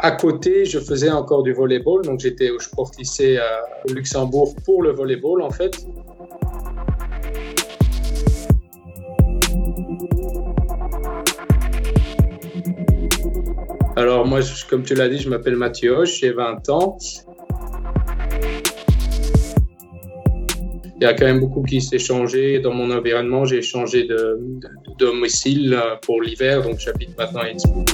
À côté, je faisais encore du volleyball, donc j'étais au sport lycée au Luxembourg pour le volleyball en fait. Alors moi, comme tu l'as dit, je m'appelle Mathieu Hoche, j'ai 20 ans. Il y a quand même beaucoup qui s'est changé dans mon environnement. J'ai changé de domicile pour l'hiver, donc j'habite maintenant à Innsbruck.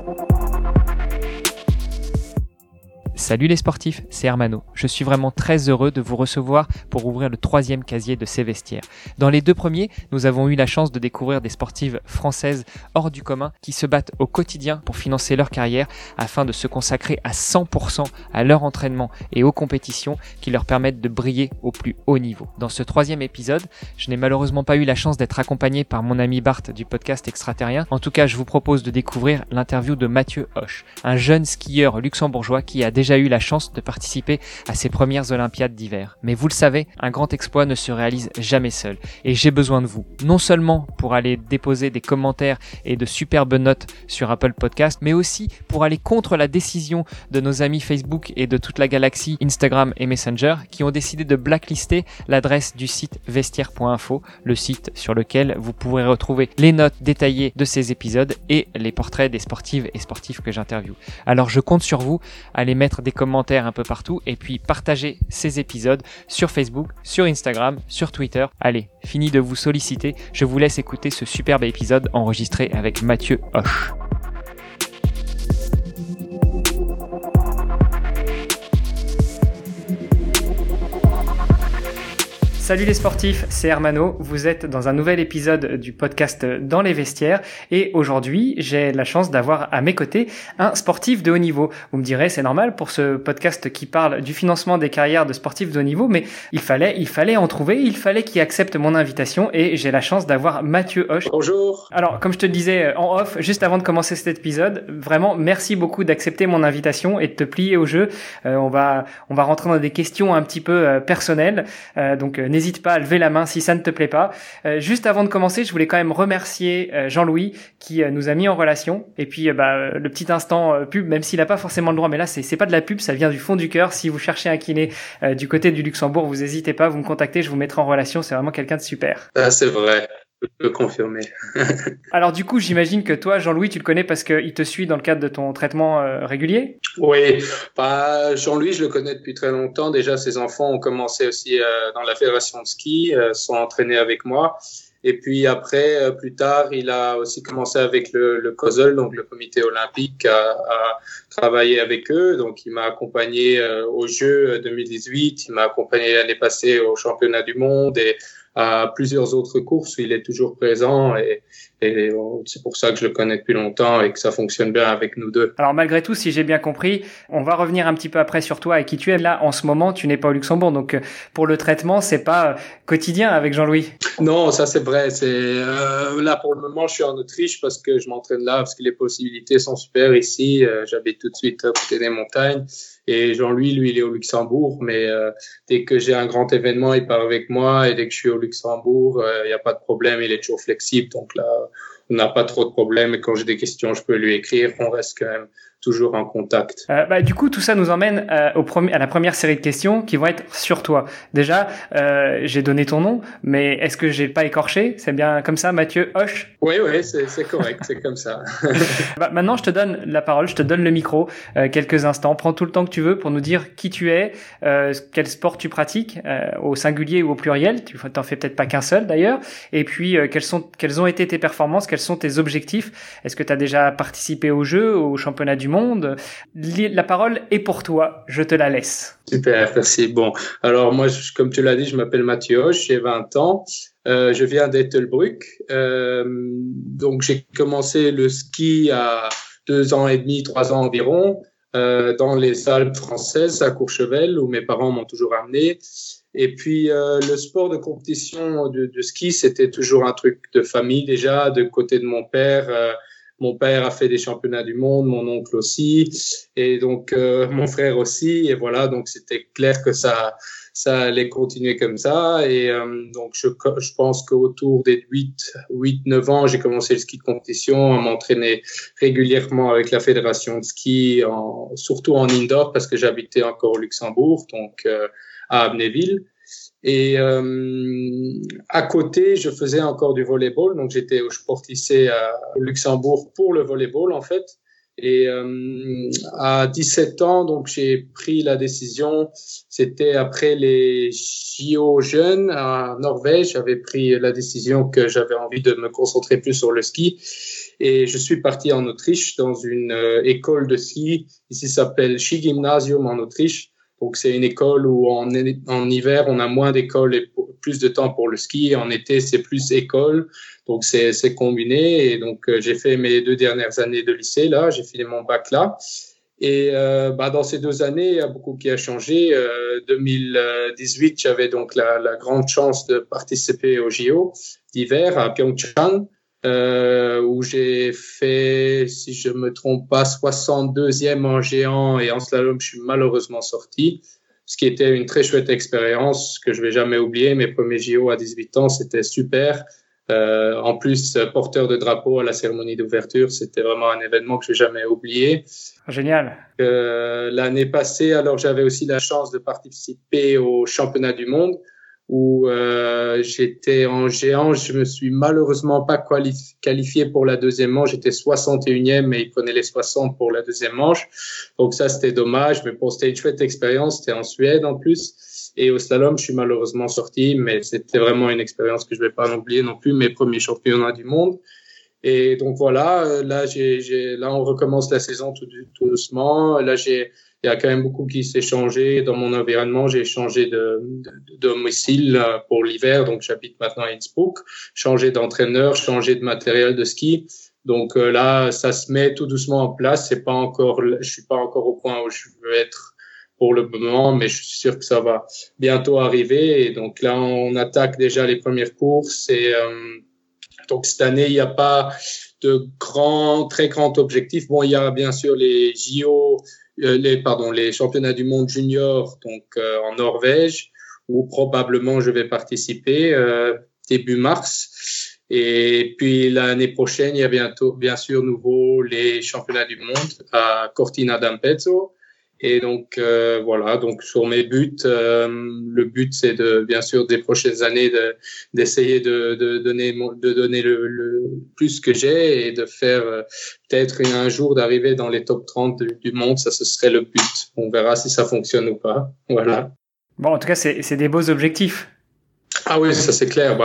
Salut les sportifs, c'est Hermano. Je suis vraiment très heureux de vous recevoir pour ouvrir le 3e casier de ces vestiaires. Dans les 2 premiers, nous avons eu la chance de découvrir des sportives françaises hors du commun qui se battent au quotidien pour financer leur carrière afin de se consacrer à 100% à leur entraînement et aux compétitions qui leur permettent de briller au plus haut niveau. Dans ce 3e épisode, je n'ai malheureusement pas eu la chance d'être accompagné par mon ami Bart du podcast Extraterrien. En tout cas, je vous propose de découvrir l'interview de Mathieu Hoche, un jeune skieur luxembourgeois qui a déjà eu la chance de participer à ses premières Olympiades d'hiver. Mais vous le savez, un grand exploit ne se réalise jamais seul. Et j'ai besoin de vous, non seulement pour aller déposer des commentaires et de superbes notes sur Apple Podcast, mais aussi pour aller contre la décision de nos amis Facebook et de toute la galaxie Instagram et Messenger qui ont décidé de blacklister l'adresse du site vestiaire.info, le site sur lequel vous pourrez retrouver les notes détaillées de ces épisodes et les portraits des sportives et sportifs que j'interviewe. Alors je compte sur vous, allez mettre des commentaires un peu partout et puis partagez ces épisodes sur Facebook, sur Instagram, sur Twitter. Allez, fini de vous solliciter, je vous laisse écouter ce superbe épisode enregistré avec Mathieu Hoche. Salut les sportifs, c'est Hermano, vous êtes dans un nouvel épisode du podcast Dans les vestiaires et aujourd'hui j'ai la chance d'avoir à mes côtés un sportif de haut niveau. Vous me direz c'est normal pour ce podcast qui parle du financement des carrières de sportifs de haut niveau, mais il fallait en trouver, il fallait qu'il accepte mon invitation et j'ai la chance d'avoir Mathieu Hoche. Bonjour. Alors comme je te le disais en off, juste avant de commencer cet épisode, vraiment merci beaucoup d'accepter mon invitation et de te plier au jeu. On va rentrer dans des questions un petit peu personnelles, donc n'hésite pas à lever la main si ça ne te plaît pas. Juste avant de commencer, je voulais quand même remercier Jean-Louis qui nous a mis en relation. Et puis le petit instant pub, même s'il n'a pas forcément le droit, mais là c'est pas de la pub, ça vient du fond du cœur. Si vous cherchez un kiné du côté du Luxembourg, vous n'hésitez pas, vous me contactez, je vous mettrai en relation. C'est vraiment quelqu'un de super. Ah, c'est vrai. Je peux confirmer. Alors du coup, j'imagine que toi, Jean-Louis, tu le connais parce qu'il te suit dans le cadre de ton traitement régulier. Oui, Jean-Louis, je le connais depuis très longtemps. Déjà, ses enfants ont commencé aussi dans la fédération de ski, sont entraînés avec moi. Et puis après, plus tard, il a aussi commencé avec le COSOL, donc le comité olympique, à travailler avec eux. Donc il m'a accompagné aux Jeux 2018, il m'a accompagné l'année passée au championnat du monde et à plusieurs autres courses où il est toujours présent et c'est pour ça que je le connais depuis longtemps et que ça fonctionne bien avec nous deux. Alors malgré tout, si j'ai bien compris, on va revenir un petit peu après sur toi et qui tu es. Là, en ce moment, tu n'es pas au Luxembourg, donc pour le traitement, c'est pas quotidien avec Jean-Louis. Non, ça c'est vrai. Là pour le moment, je suis en Autriche parce que je m'entraîne là parce que les possibilités sont super ici. J'habite tout de suite à côté des montagnes. Et Jean-Louis, lui, il est au Luxembourg, mais dès que j'ai un grand événement, il part avec moi. Et dès que je suis au Luxembourg, il n'y a pas de problème, il est toujours flexible. Donc là, on n'a pas trop de problèmes. Et quand j'ai des questions, je peux lui écrire. On reste quand même toujours en contact. Du coup, tout ça nous emmène à la première série de questions qui vont être sur toi. Déjà, j'ai donné ton nom, mais est-ce que j'ai pas écorché? C'est bien comme ça, Mathieu Hoche? Oui, c'est correct, c'est comme ça. Maintenant, je te donne la parole, je te donne le micro, quelques instants. Prends tout le temps que tu veux pour nous dire qui tu es, quel sport tu pratiques, au singulier ou au pluriel. Tu t'en fais peut-être pas qu'un seul d'ailleurs. Et puis, quelles ont été tes performances, quels sont tes objectifs? Est-ce que tu as déjà participé aux Jeux, au championnat du monde? La parole est pour toi, je te la laisse. Super, merci. Bon, alors moi, comme tu l'as dit, je m'appelle Mathieu Hoche, j'ai 20 ans. Je viens d'Ettelbruck. Donc, j'ai commencé le ski à 2 ans et demi, 3 ans environ, dans les Alpes françaises à Courchevel, où mes parents m'ont toujours amené. Et puis, le sport de compétition de ski, c'était toujours un truc de famille déjà, de côté de mon père. Mon père a fait des championnats du monde, mon oncle aussi, et donc mon frère aussi. Et voilà, donc c'était clair que ça allait continuer comme ça. Et donc je pense qu'autour des 8-9 ans, j'ai commencé le ski de compétition, à m'entraîner régulièrement avec la fédération de ski, surtout en indoor parce que j'habitais encore au Luxembourg, donc à Amnéville. Et à côté, je faisais encore du volleyball, donc j'étais au Sport lycée au Luxembourg pour le volleyball en fait. Et à 17 ans, donc j'ai pris la décision. C'était après les JO jeunes à Norvège. J'avais pris la décision que j'avais envie de me concentrer plus sur le ski. Et je suis parti en Autriche dans une école de ski. Ici, ça s'appelle Skigymnasium en Autriche. Donc, c'est une école où en hiver, on a moins d'écoles et plus de temps pour le ski. En été, c'est plus école. Donc, c'est combiné. Et donc, j'ai fait mes 2 dernières années de lycée, là. J'ai fini mon bac là. Et dans ces 2 années, il y a beaucoup qui a changé. 2018, j'avais donc la grande chance de participer aux JO d'hiver à Pyeongchang. Où j'ai fait, si je me trompe pas, 62e en géant et en slalom, je suis malheureusement sorti, ce qui était une très chouette expérience que je vais jamais oublier. Mes premiers JO à 18 ans, c'était super. En plus, porteur de drapeau à la cérémonie d'ouverture, c'était vraiment un événement que je vais jamais oublier. Génial. L'année passée, alors j'avais aussi la chance de participer au championnat du monde où j'étais en géant. Je me suis malheureusement pas qualifié pour la deuxième manche. J'étais 61e, mais ils prenaient les 60 pour la deuxième manche. Donc ça, c'était dommage. Mais bon, c'était une chouette expérience. C'était en Suède en plus. Et au slalom, je suis malheureusement sorti, mais c'était vraiment une expérience que je vais pas oublier non plus. Mes premiers championnats du monde. Et donc voilà, là, là, on recommence la saison tout doucement. Là, il y a quand même beaucoup qui s'est changé dans mon environnement. J'ai changé de domicile pour l'hiver, donc j'habite maintenant à Innsbruck. Changé d'entraîneur, changé de matériel de ski. Donc là, ça se met tout doucement en place. C'est pas encore, je suis pas encore au point où je veux être pour le moment, mais je suis sûr que ça va bientôt arriver. Et donc là, on attaque déjà les premières courses. Et donc cette année, il n'y a pas de très grand objectif. Bon, il y a bien sûr les JO. Les championnats du monde junior, donc en Norvège, où probablement je vais participer début mars. Et puis l'année prochaine, il y a bientôt, bien sûr, nouveau les championnats du monde à Cortina d'Ampezzo. Et donc voilà, donc sur mes buts, le but c'est bien sûr des prochaines années d'essayer de donner le plus que j'ai et de faire peut-être un jour d'arriver dans les top 30 du monde. Ça, ce serait le but. On verra si ça fonctionne ou pas. Voilà. Bon, en tout cas, c'est des beaux objectifs. Ah oui, ça c'est clair.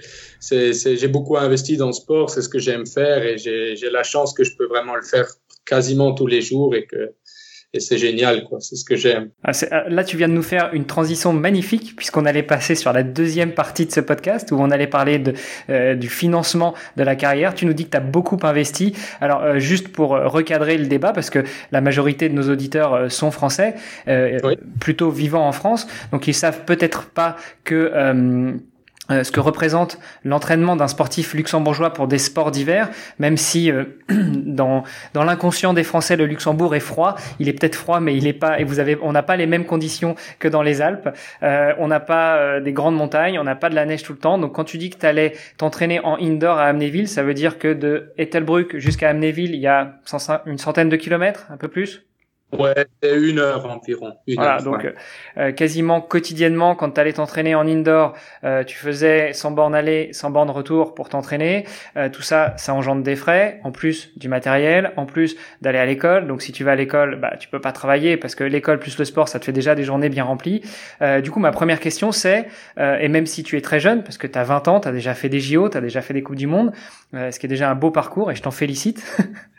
J'ai beaucoup investi dans le sport, c'est ce que j'aime faire et j'ai la chance que je peux vraiment le faire quasiment tous les jours et c'est génial, quoi. C'est ce que j'aime. Là, tu viens de nous faire une transition magnifique puisqu'on allait passer sur la deuxième partie de ce podcast où on allait parler du financement de la carrière. Tu nous dis que tu as beaucoup investi. Alors, juste pour recadrer le débat, parce que la majorité de nos auditeurs sont français, oui, plutôt vivant en France. Donc, ils savent peut-être pas que ce que représente l'entraînement d'un sportif luxembourgeois pour des sports d'hiver, même si dans l'inconscient des Français le Luxembourg est froid, il est peut-être froid mais il est pas, et on n'a pas les mêmes conditions que dans les Alpes, on n'a pas des grandes montagnes, on n'a pas de la neige tout le temps. Donc quand tu dis que tu allais t'entraîner en indoor à Amnéville, ça veut dire que de Ettelbruck jusqu'à Amnéville, il y a une centaine de kilomètres, un peu plus? Ouais, c'est 1 heure environ. Voilà, donc quasiment quotidiennement, quand tu allais t'entraîner en indoor, tu faisais 100 bornes aller, 100 bornes retour pour t'entraîner. Tout ça engendre des frais, en plus du matériel, en plus d'aller à l'école. Donc si tu vas à l'école, tu peux pas travailler parce que l'école plus le sport, ça te fait déjà des journées bien remplies. Du coup, ma première question c'est, et même si tu es très jeune, parce que tu as 20 ans, tu as déjà fait des JO, tu as déjà fait des Coupes du Monde, ce qui est déjà un beau parcours et je t'en félicite.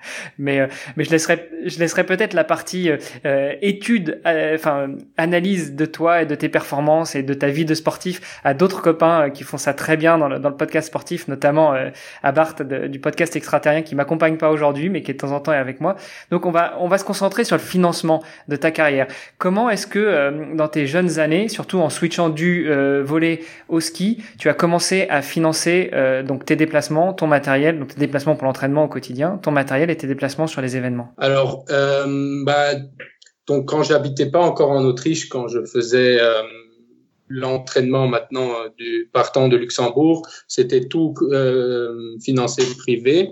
Mais je laisserai peut-être la partie étude, analyse de toi et de tes performances et de ta vie de sportif à d'autres copains qui font ça très bien dans le podcast sportif, notamment à Bart du podcast Extraterrien qui m'accompagne pas aujourd'hui, mais qui de temps en temps est avec moi. Donc on va se concentrer sur le financement de ta carrière. Comment est-ce que dans tes jeunes années, surtout en switchant du volley au ski, tu as commencé à financer donc tes déplacements, ton matériel, donc tes déplacements pour l'entraînement au quotidien, ton matériel et tes déplacements sur les événements? Alors, donc quand j'habitais pas encore en Autriche, quand je faisais l'entraînement maintenant partant de Luxembourg, c'était tout financé privé.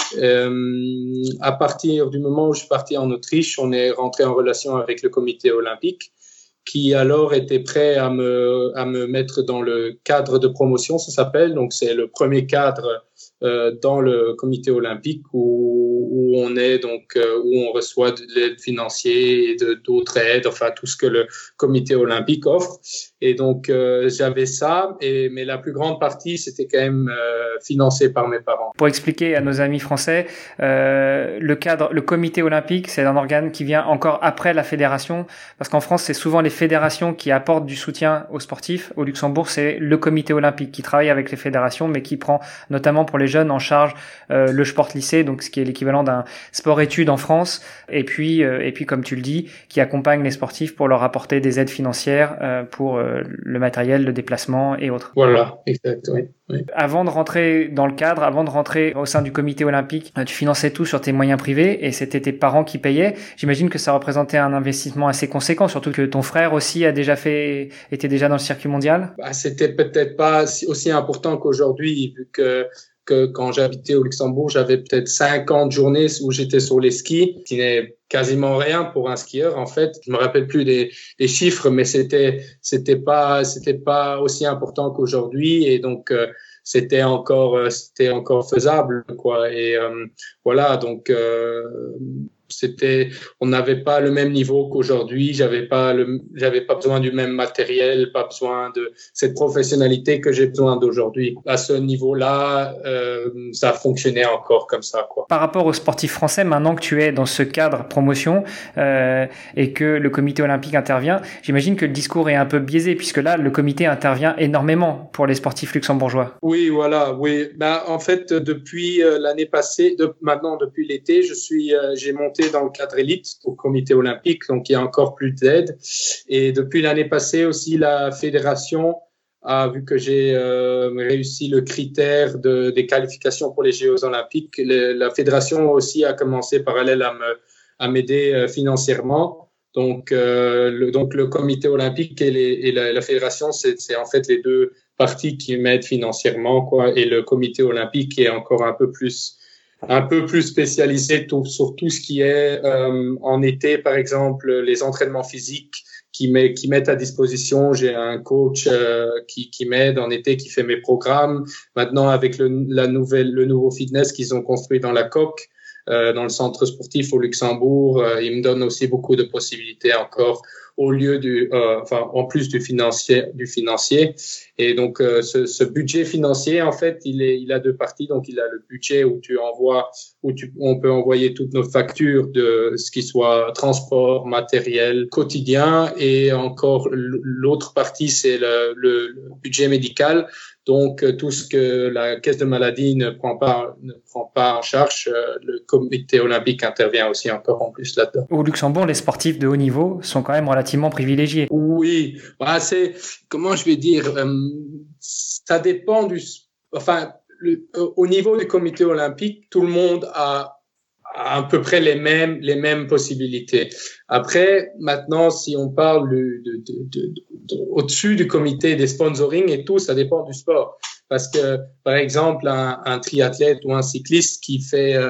À partir du moment où je suis parti en Autriche, on est rentré en relation avec le comité olympique, qui alors était prêt à me mettre dans le cadre de promotion, ça s'appelle. Donc c'est le premier cadre dans le comité olympique où on est donc où on reçoit de l'aide financière et d'autres aides, enfin tout ce que le comité olympique offre. Et donc j'avais ça, mais la plus grande partie c'était quand même financé par mes parents. Pour expliquer à nos amis français, le comité olympique, c'est un organe qui vient encore après la fédération, parce qu'en France c'est souvent les fédérations qui apportent du soutien aux sportifs. Au Luxembourg, c'est le comité olympique qui travaille avec les fédérations, mais qui prend notamment pour les jeunes en charge le sport lycée, donc ce qui est l'équivalent d'un sport-études en France, et puis comme tu le dis, qui accompagne les sportifs pour leur apporter des aides financières pour le matériel, le déplacement et autres. Voilà, exact, oui. Oui. Avant de rentrer dans le cadre, avant de rentrer au sein du comité olympique, tu finançais tout sur tes moyens privés et c'était tes parents qui payaient. J'imagine que ça représentait un investissement assez conséquent, surtout que ton frère aussi était déjà dans le circuit mondial. C'était peut-être pas aussi important qu'aujourd'hui, vu que quand j'habitais au Luxembourg, j'avais peut-être 50 journées où j'étais sur les skis, qui n'est quasiment rien pour un skieur, en fait. Je me rappelle plus des chiffres, mais c'était pas aussi important qu'aujourd'hui, et donc, c'était encore faisable, quoi. Et, voilà, donc, on n'avait pas le même niveau qu'aujourd'hui, j'avais pas besoin du même matériel, pas besoin de cette professionnalité que j'ai besoin d'aujourd'hui. À ce niveau-là, ça fonctionnait encore comme ça, quoi. Par rapport aux sportifs français, maintenant que tu es dans ce cadre promotion et que le comité olympique intervient, j'imagine que le discours est un peu biaisé puisque là, le comité intervient énormément pour les sportifs luxembourgeois. Oui, voilà, oui. En fait, depuis l'année passée, depuis l'été, j'ai monté dans le cadre élite au comité olympique, donc il y a encore plus d'aide. Et depuis l'année passée aussi, la fédération a vu que j'ai réussi le critère des qualifications pour les Jeux olympiques. La fédération aussi a commencé parallèle à m'aider financièrement. Donc le comité olympique et la fédération, c'est en fait les deux parties qui m'aident financièrement, quoi. Et le comité olympique est encore un peu plus spécialisé sur tout ce qui est en été, par exemple, les entraînements physiques qui mettent à disposition. J'ai un coach qui m'aide en été, qui fait mes programmes. Maintenant, avec le nouveau fitness qu'ils ont construit dans la coque, dans le centre sportif au Luxembourg, il me donne aussi beaucoup de possibilités encore au lieu en plus du financier. Et donc, ce budget financier, en fait, il a deux parties. Donc, il a le budget où on peut envoyer toutes nos factures de ce qui soit transport, matériel, quotidien. Et encore, l'autre partie, c'est le budget médical. Donc, tout ce que la caisse de maladie ne prend pas en charge, le comité olympique intervient aussi encore en plus là-dedans. Au Luxembourg, les sportifs de haut niveau sont quand même relativement privilégiés. Oui, comment je vais dire, ça dépend au niveau du comité olympique, tout le monde a à peu près les mêmes possibilités. Après, maintenant, si on parle au-dessus du comité des sponsoring et tout, ça dépend du sport. Parce que, par exemple, un triathlète ou un cycliste qui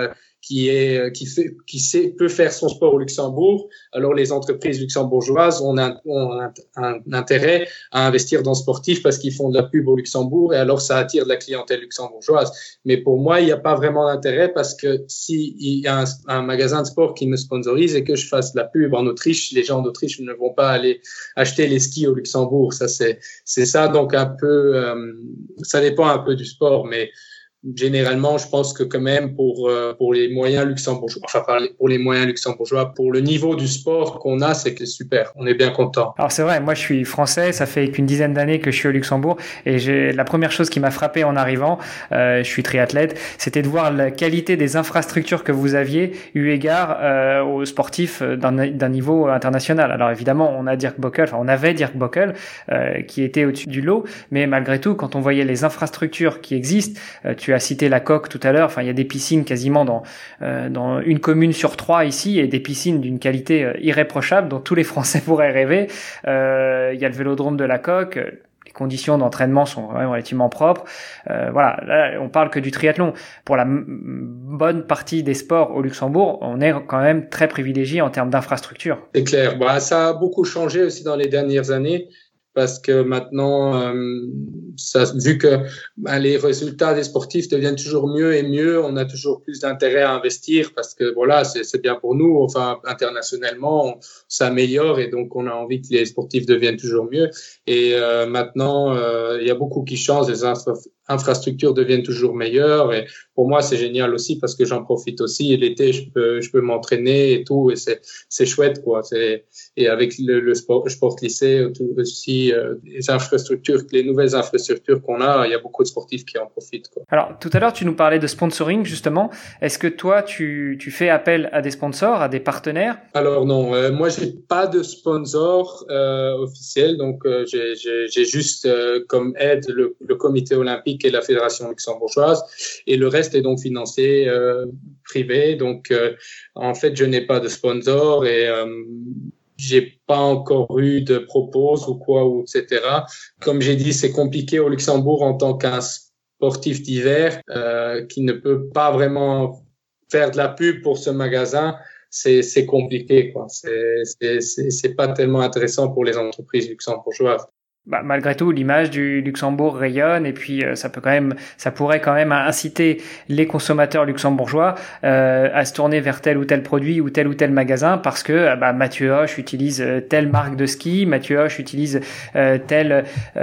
peut faire son sport au Luxembourg, alors les entreprises luxembourgeoises ont un intérêt à investir dans le sportif parce qu'ils font de la pub au Luxembourg et alors ça attire de la clientèle luxembourgeoise. Mais pour moi, il n'y a pas vraiment d'intérêt parce que s'il y a un magasin de sport qui me sponsorise et que je fasse de la pub en Autriche, les gens d'Autriche ne vont pas aller acheter les skis au Luxembourg. Ça, c'est ça. Donc un peu, ça dépend un peu du sport, mais généralement, je pense que quand même pour les moyens luxembourgeois, pour les moyens luxembourgeois, pour le niveau du sport qu'on a, c'est que c'est super. On est bien content. Alors c'est vrai, moi je suis français, ça fait qu'une dizaine d'années que je suis au Luxembourg et la première chose qui m'a frappé en arrivant, je suis triathlète, c'était de voir la qualité des infrastructures que vous aviez eu égard aux sportifs d'un niveau international. Alors évidemment, on avait Dirk Bockel qui était au-dessus du lot, mais malgré tout, quand on voyait les infrastructures qui existent, tu as cité la Coque tout à l'heure, enfin il y a des piscines quasiment dans une commune sur 3 ici et des piscines d'une qualité irréprochable dont tous les Français pourraient rêver. Il y a le vélodrome de la Coque, les conditions d'entraînement sont quand même relativement propres. Voilà, là, on parle que du triathlon. Pour la bonne partie des sports au Luxembourg, on est quand même très privilégié en termes d'infrastructure. C'est clair. Bah, ça a beaucoup changé aussi dans les dernières années. Parce que maintenant, vu que les résultats des sportifs deviennent toujours mieux et mieux, on a toujours plus d'intérêt à investir parce que voilà, c'est bien pour nous. Enfin, internationalement, on s'améliore et donc on a envie que les sportifs deviennent toujours mieux. Et maintenant, il y a beaucoup qui changent, les infrastructures deviennent toujours meilleures. Et pour moi, c'est génial aussi parce que j'en profite aussi. Et l'été, je peux m'entraîner et tout, et c'est chouette quoi. Et avec le sport lycée aussi, les nouvelles infrastructures qu'on a, il y a beaucoup de sportifs qui en profitent, quoi. Alors, tout à l'heure, tu nous parlais de sponsoring, justement. Est-ce que toi, tu fais appel à des sponsors, à des partenaires? Alors non, moi, j'ai pas de sponsor officiel, donc j'ai juste comme aide le comité olympique et la fédération luxembourgeoise, et le reste est donc financé privé. Donc, en fait, je n'ai pas de sponsor et j'ai pas encore eu de propos ou quoi, ou etc. Comme j'ai dit, c'est compliqué au Luxembourg en tant qu'un sportif d'hiver qui ne peut pas vraiment faire de la pub pour ce magasin. C'est compliqué, quoi. C'est pas tellement intéressant pour les entreprises luxembourgeoises. Bah, malgré tout, l'image du Luxembourg rayonne et puis ça pourrait quand même inciter les consommateurs luxembourgeois à se tourner vers tel ou tel produit ou tel magasin parce que Mathieu Hoche utilise telle marque de ski, Mathieu Hoche utilise tel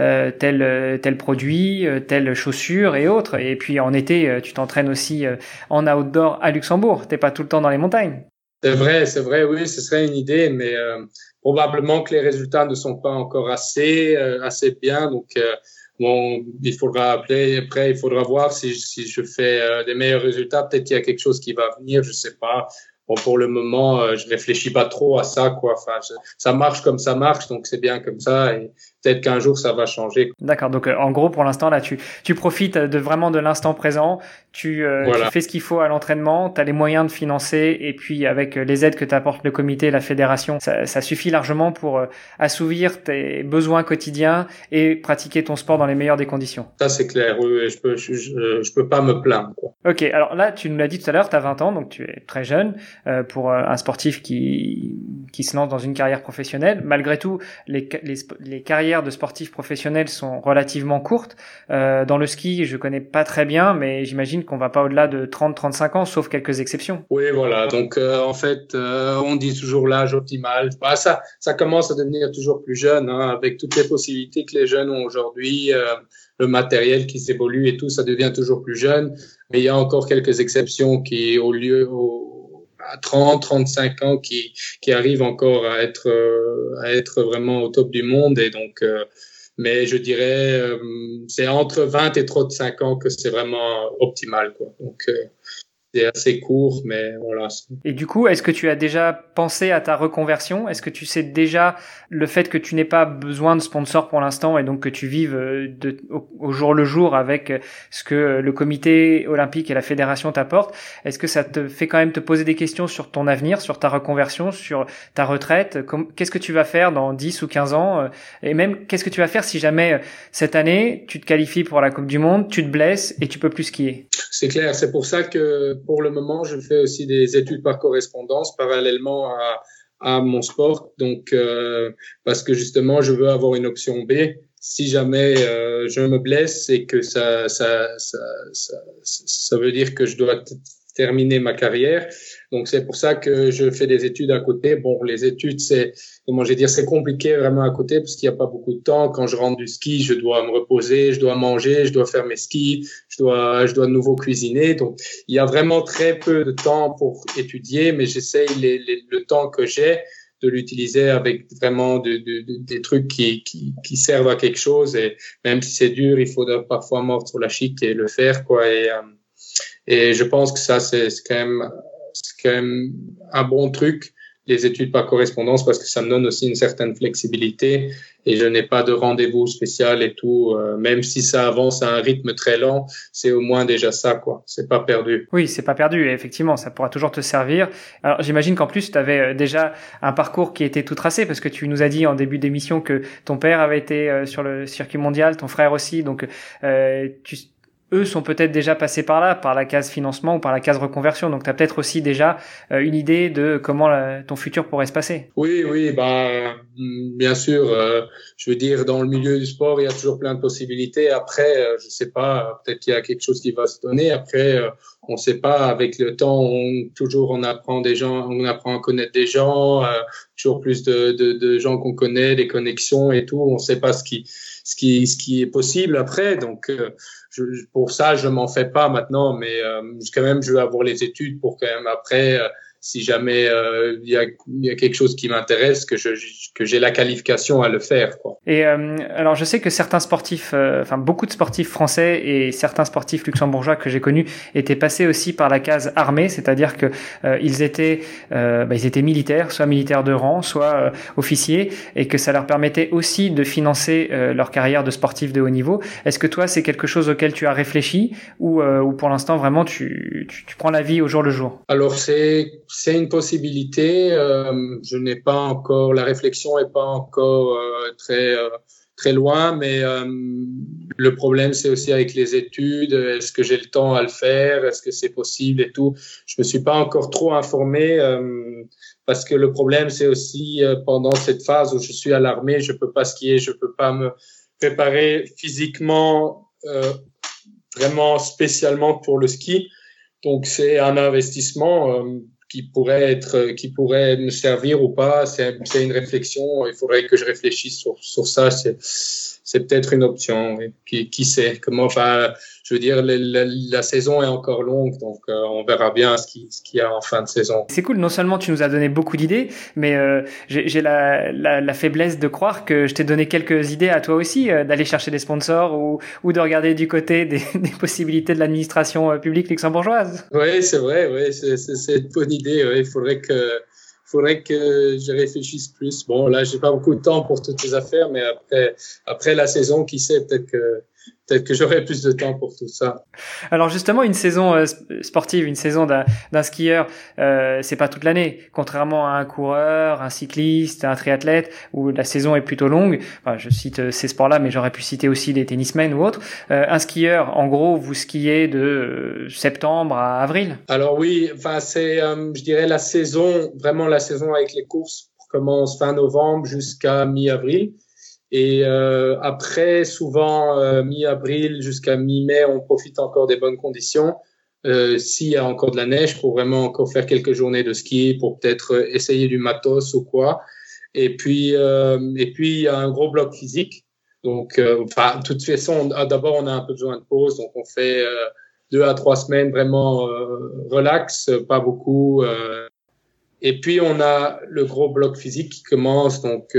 produit, telle chaussure et autres. Et puis en été, tu t'entraînes aussi en outdoor à Luxembourg. T'es pas tout le temps dans les montagnes. C'est vrai, oui, ce serait une idée, mais probablement que les résultats ne sont pas encore assez bien. Donc, il faudra il faudra voir si je fais des meilleurs résultats. Peut-être qu'il y a quelque chose qui va venir, je sais pas. Bon, pour le moment, je réfléchis pas trop à ça, quoi. Enfin, ça marche comme ça marche, donc c'est bien comme ça. Et peut-être qu'un jour ça va changer. D'accord. Donc en gros, pour l'instant là, tu profites vraiment de l'instant présent. Tu fais ce qu'il faut à l'entraînement. Tu as les moyens de financer et puis avec les aides que t'apporte le comité, la fédération, ça suffit largement pour assouvir tes besoins quotidiens et pratiquer ton sport dans les meilleures des conditions. Ça c'est clair. Oui, je peux pas me plaindre, quoi. Ok. Alors là, tu nous l'as dit tout à l'heure, tu as 20 ans, donc tu es très jeune. Pour un sportif qui se lance dans une carrière professionnelle. Malgré tout, les carrières de sportifs professionnels sont relativement courtes. Dans le ski, je connais pas très bien, mais j'imagine qu'on va pas au-delà de 30-35 ans, sauf quelques exceptions. Oui, voilà. Donc, en fait, on dit toujours l'âge optimal. Bah, ça commence à devenir toujours plus jeune, hein, avec toutes les possibilités que les jeunes ont aujourd'hui, le matériel qui s'évolue et tout, ça devient toujours plus jeune. Mais il y a encore quelques exceptions qui, à 30, 35 ans qui arrivent encore à être vraiment au top du monde. Et donc, mais je dirais, c'est entre 20 et 35 ans que c'est vraiment optimal, quoi. Donc, c'est assez court, mais voilà. Et du coup, est-ce que tu as déjà pensé à ta reconversion? Est-ce que tu sais déjà le fait que tu n'aies pas besoin de sponsor pour l'instant et donc que tu vives au jour le jour avec ce que le comité olympique et la fédération t'apportent? Est-ce que ça te fait quand même te poser des questions sur ton avenir, sur ta reconversion, sur ta retraite? Qu'est-ce que tu vas faire dans 10 ou 15 ans? Et même, qu'est-ce que tu vas faire si jamais cette année, tu te qualifies pour la Coupe du Monde, tu te blesses et tu peux plus skier? C'est clair. C'est pour ça que pour le moment, je fais aussi des études par correspondance parallèlement à mon sport. Donc, parce que justement, je veux avoir une option B. Si jamais je me blesse et que ça veut dire que je dois terminer ma carrière. Donc c'est pour ça que je fais des études à côté. Bon, les études, c'est compliqué vraiment à côté parce qu'il n'y a pas beaucoup de temps. Quand je rentre du ski, je dois me reposer, je dois manger, je dois faire mes skis, je dois de nouveau cuisiner. Donc il y a vraiment très peu de temps pour étudier, mais j'essaye le temps que j'ai de l'utiliser avec vraiment des trucs qui servent à quelque chose. Et même si c'est dur, il faut parfois mordre sur la chic et le faire, quoi. Et je pense que ça, c'est quand même un bon truc, les études par correspondance, parce que ça me donne aussi une certaine flexibilité et je n'ai pas de rendez-vous spécial et tout. Même si ça avance à un rythme très lent, c'est au moins déjà ça, quoi. C'est pas perdu. Oui, c'est pas perdu. Et effectivement, ça pourra toujours te servir. Alors, j'imagine qu'en plus, tu avais déjà un parcours qui était tout tracé, parce que tu nous as dit en début d'émission que ton père avait été sur le circuit mondial, ton frère aussi. Donc, eux sont peut-être déjà passés par là, par la case financement ou par la case reconversion. Donc, tu as peut-être aussi déjà une idée de comment ton futur pourrait se passer. Oui, bien sûr. Je veux dire, dans le milieu du sport, il y a toujours plein de possibilités. Après, je sais pas, peut-être qu'il y a quelque chose qui va se donner. Après, on sait pas. Avec le temps, on apprend des gens, on apprend à connaître des gens, toujours plus de gens qu'on connaît, des connexions et tout. On sait pas ce qui est possible après. Donc, pour ça, je m'en fais pas maintenant, mais quand même, je veux avoir les études pour quand même après, si jamais il y a quelque chose qui m'intéresse, que j'ai la qualification à le faire, quoi. Et alors, je sais que certains sportifs, beaucoup de sportifs français et certains sportifs luxembourgeois que j'ai connus étaient passés aussi par la case armée, c'est-à-dire que ils étaient militaires, soit militaires de rang, soit officiers, et que ça leur permettait aussi de financer leur carrière de sportif de haut niveau. Est-ce que toi, c'est quelque chose auquel tu as réfléchi ou pour l'instant vraiment tu prends la vie au jour le jour? Alors c'est une possibilité. Je n'ai pas encore, la réflexion est pas encore très loin, mais le problème c'est aussi avec les études. Est-ce que j'ai le temps à le faire? Est-ce que c'est possible et tout? Je me suis pas encore trop informé parce que le problème c'est aussi pendant cette phase où je suis à l'armée, je peux pas skier, je peux pas me préparer physiquement vraiment spécialement pour le ski. Donc c'est un investissement qui pourrait me servir ou pas. C'est une réflexion. Il faudrait que je réfléchisse sur ça. C'est peut-être une option. Qui sait comment? Enfin, je veux dire, la saison est encore longue, donc on verra bien ce qu'il y a en fin de saison. C'est cool. Non seulement tu nous as donné beaucoup d'idées, mais j'ai la faiblesse de croire que je t'ai donné quelques idées à toi aussi, d'aller chercher des sponsors ou de regarder du côté des possibilités de l'administration publique luxembourgeoise. Oui, c'est vrai. Oui, c'est une bonne idée. Ouais. Il faudrait que je réfléchisse plus. Bon, là, j'ai pas beaucoup de temps pour toutes ces affaires, mais après la saison, qui sait, peut-être que j'aurai plus de temps pour tout ça. Alors justement, une saison sportive, une saison d'un skieur, c'est pas toute l'année. Contrairement à un coureur, un cycliste, un triathlète, où la saison est plutôt longue. Enfin, je cite ces sports-là, mais j'aurais pu citer aussi les tennismen ou autres. Un skieur, en gros, vous skiez de septembre à avril. Alors oui, enfin c'est, je dirais vraiment la saison avec les courses commence fin novembre jusqu'à mi-avril. Et après, souvent mi-avril jusqu'à mi-mai, on profite encore des bonnes conditions. S'il y a encore de la neige, pour vraiment encore faire quelques journées de ski, pour peut-être essayer du matos ou quoi. Et puis il y a un gros bloc physique. Donc, de toute façon, d'abord on a un peu besoin de pause, donc on fait 2 à 3 semaines vraiment relax, pas beaucoup. Et puis on a le gros bloc physique qui commence,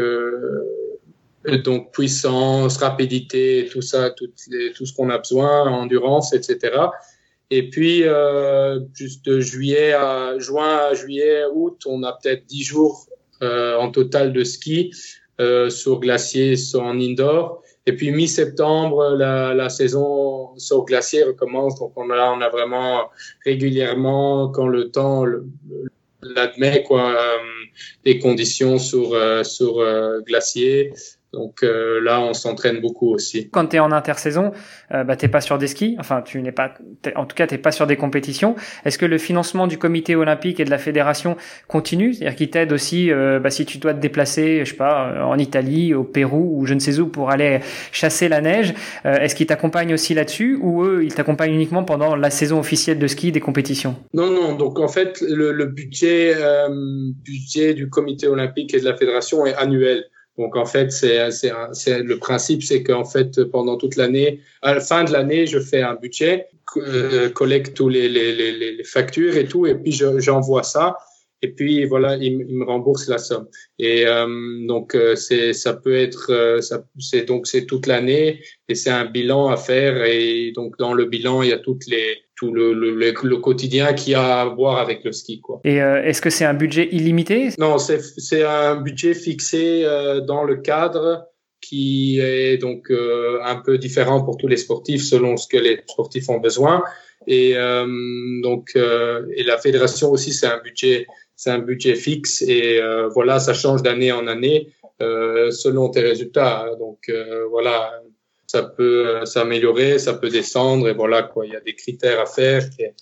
donc puissance, rapidité, tout ça, tout ce qu'on a besoin, endurance, etc. Et puis juste de juin à juillet, août, on a peut-être 10 jours en total de ski sur glacier, en indoor. Et puis mi-septembre, la saison sur glacier recommence. Donc on a vraiment régulièrement, quand le temps l'admet, des conditions sur glacier. Donc là, on s'entraîne beaucoup aussi. Quand tu es en intersaison, t'es pas sur des skis, enfin en tout cas t'es pas sur des compétitions. Est-ce que le financement du comité olympique et de la fédération continue, c'est-à-dire qu'ils t'aident aussi si tu dois te déplacer, je sais pas, en Italie, au Pérou ou je ne sais où pour aller chasser la neige, est-ce qu'ils t'accompagnent aussi là-dessus ou eux ils t'accompagnent uniquement pendant la saison officielle de ski des compétitions? Non, donc en fait le budget du comité olympique et de la fédération est annuel. Donc en fait, c'est le principe, c'est qu'en fait pendant toute l'année, à la fin de l'année, je fais un budget, collecte tous les factures et tout, et puis j'envoie ça, et puis voilà, il me rembourse la somme. Et donc ça peut être, c'est toute l'année, et c'est un bilan à faire, et donc dans le bilan il y a tout le quotidien qu'il y a à voir avec le ski, quoi. Et est-ce que c'est un budget illimité? Non, c'est un budget fixé dans le cadre qui est donc un peu différent pour tous les sportifs selon ce que les sportifs ont besoin. Et et la fédération aussi, c'est un budget fixe, et voilà, ça change d'année en année selon tes résultats. Donc voilà. Ça peut s'améliorer, ça peut descendre, et voilà quoi. Il y a des critères à faire.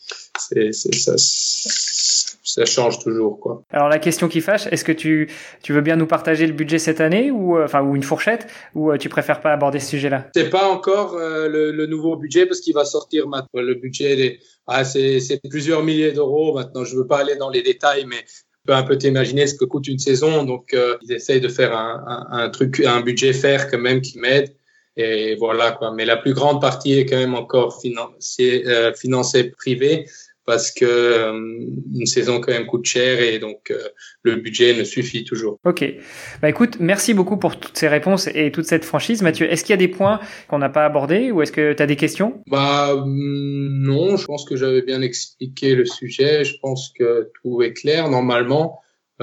Ça change toujours, quoi. Alors la question qui fâche, est-ce que tu veux bien nous partager le budget cette année ou une fourchette, ou tu préfères pas aborder ce sujet-là? C'est pas encore le nouveau budget parce qu'il va sortir maintenant. Le budget, c'est plusieurs milliers d'euros maintenant. Je veux pas aller dans les détails, mais tu peux un peu t'imaginer ce que coûte une saison. Donc ils essayent de faire un budget fair quand même qui m'aide. Et voilà quoi. Mais la plus grande partie est quand même encore financée privée, parce que une saison quand même coûte cher, et donc le budget ne suffit toujours. Ok. Écoute, merci beaucoup pour toutes ces réponses et toute cette franchise, Mathieu. Est-ce qu'il y a des points qu'on n'a pas abordés, ou est-ce que tu as des questions? Non, je pense que j'avais bien expliqué le sujet. Je pense que tout est clair normalement.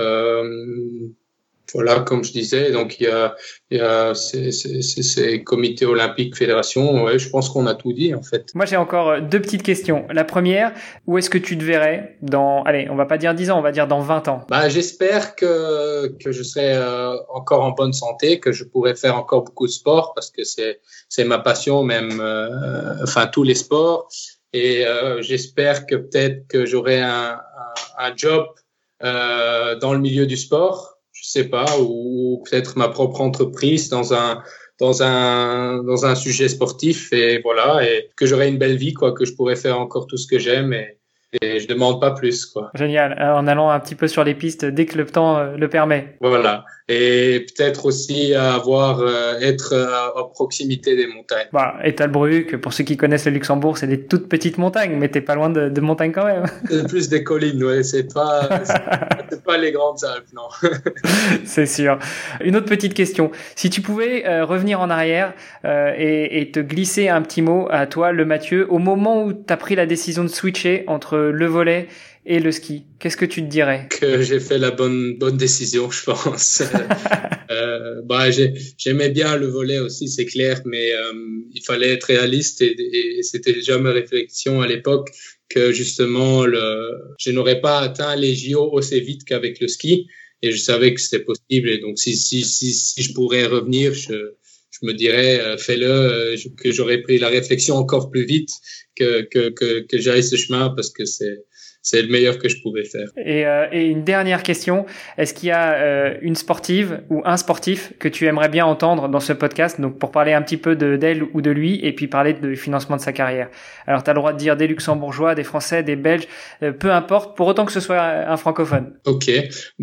Voilà, comme je disais, donc il y a ces comités olympiques, fédération. Ouais, je pense qu'on a tout dit en fait. Moi, j'ai encore deux petites questions. La première, où est-ce que tu te verrais dans, allez, on va pas dire 10 ans, on va dire dans 20 ans? J'espère que je serai encore en bonne santé, que je pourrai faire encore beaucoup de sport, parce que c'est ma passion, même tous les sports. Et j'espère que peut-être que j'aurai un job dans le milieu du sport. Je sais pas, ou peut-être ma propre entreprise dans un sujet sportif, et voilà, et que j'aurai une belle vie, quoi, que je pourrais faire encore tout ce que j'aime, et je demande pas plus, quoi. Génial, en allant un petit peu sur les pistes dès que le temps le permet. Voilà, et peut-être aussi être à proximité des montagnes. Ettelbruck, pour ceux qui connaissent le Luxembourg, c'est des toutes petites montagnes, mais t'es pas loin de montagnes quand même. C'est plus des collines, ouais, c'est pas les grandes Alpes, non. C'est sûr. Une autre petite question. Si tu pouvais revenir en arrière et te glisser un petit mot à toi, le Mathieu, au moment où t'as pris la décision de switcher entre le volley et le ski, qu'est-ce que tu te dirais? Que j'ai fait la bonne décision, je pense. J'aimais bien le volley aussi, c'est clair, mais il fallait être réaliste, et c'était déjà ma réflexion à l'époque, que justement je n'aurais pas atteint les JO aussi vite qu'avec le ski, et je savais que c'était possible. Et donc si je pourrais revenir, je me dirais fais-le, que j'aurais pris la réflexion encore plus vite, que j'aille ce chemin, parce que c'est le meilleur que je pouvais faire. Et une dernière question, est-ce qu'il y a une sportive ou un sportif que tu aimerais bien entendre dans ce podcast, donc pour parler un petit peu d'elle ou de lui, et puis parler du financement de sa carrière? Alors, tu as le droit de dire des Luxembourgeois, des Français, des Belges, peu importe, pour autant que ce soit un francophone. Ok.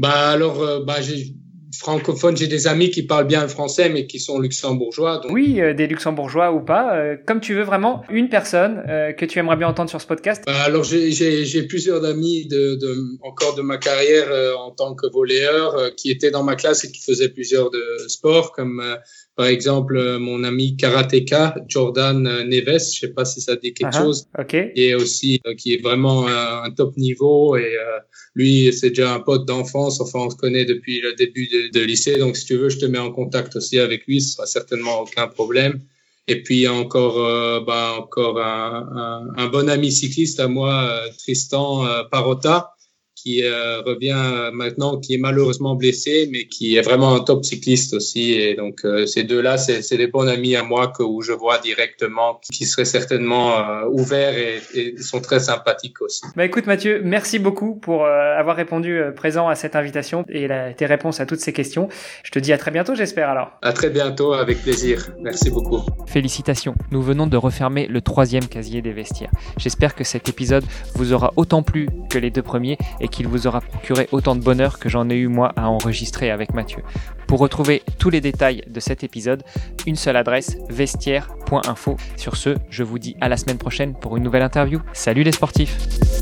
Francophone, j'ai des amis qui parlent bien le français, mais qui sont luxembourgeois. Donc... Oui, des luxembourgeois ou pas, comme tu veux, vraiment une personne que tu aimerais bien entendre sur ce podcast. Alors j'ai plusieurs amis encore de ma carrière en tant que volleyeur qui étaient dans ma classe et qui faisaient plusieurs sports, comme par exemple mon ami karatéka Jordan Neves, je sais pas si ça dit quelque chose. Okay. Et aussi qui est vraiment un top niveau, et lui c'est déjà un pote d'enfance, enfin on se connaît depuis le début de lycée, donc si tu veux je te mets en contact aussi avec lui, ce sera certainement aucun problème. Et puis encore un bon ami cycliste à moi, Tristan Parotta, qui revient maintenant, qui est malheureusement blessé, mais qui est vraiment un top cycliste aussi. Et donc, ces deux-là, c'est des bons amis à moi où je vois directement, qui seraient certainement ouverts et sont très sympathiques aussi. Écoute Mathieu, merci beaucoup pour avoir répondu présent à cette invitation et tes réponses à toutes ces questions. Je te dis à très bientôt, j'espère alors. À très bientôt, avec plaisir. Merci beaucoup. Félicitations, nous venons de refermer le 3e casier des vestiaires. J'espère que cet épisode vous aura autant plu que les 2 premiers et qu'il vous aura procuré autant de bonheur que j'en ai eu moi à enregistrer avec Mathieu. Pour retrouver tous les détails de cet épisode, une seule adresse, vestiaire.info. Sur ce, je vous dis à la semaine prochaine pour une nouvelle interview. Salut les sportifs!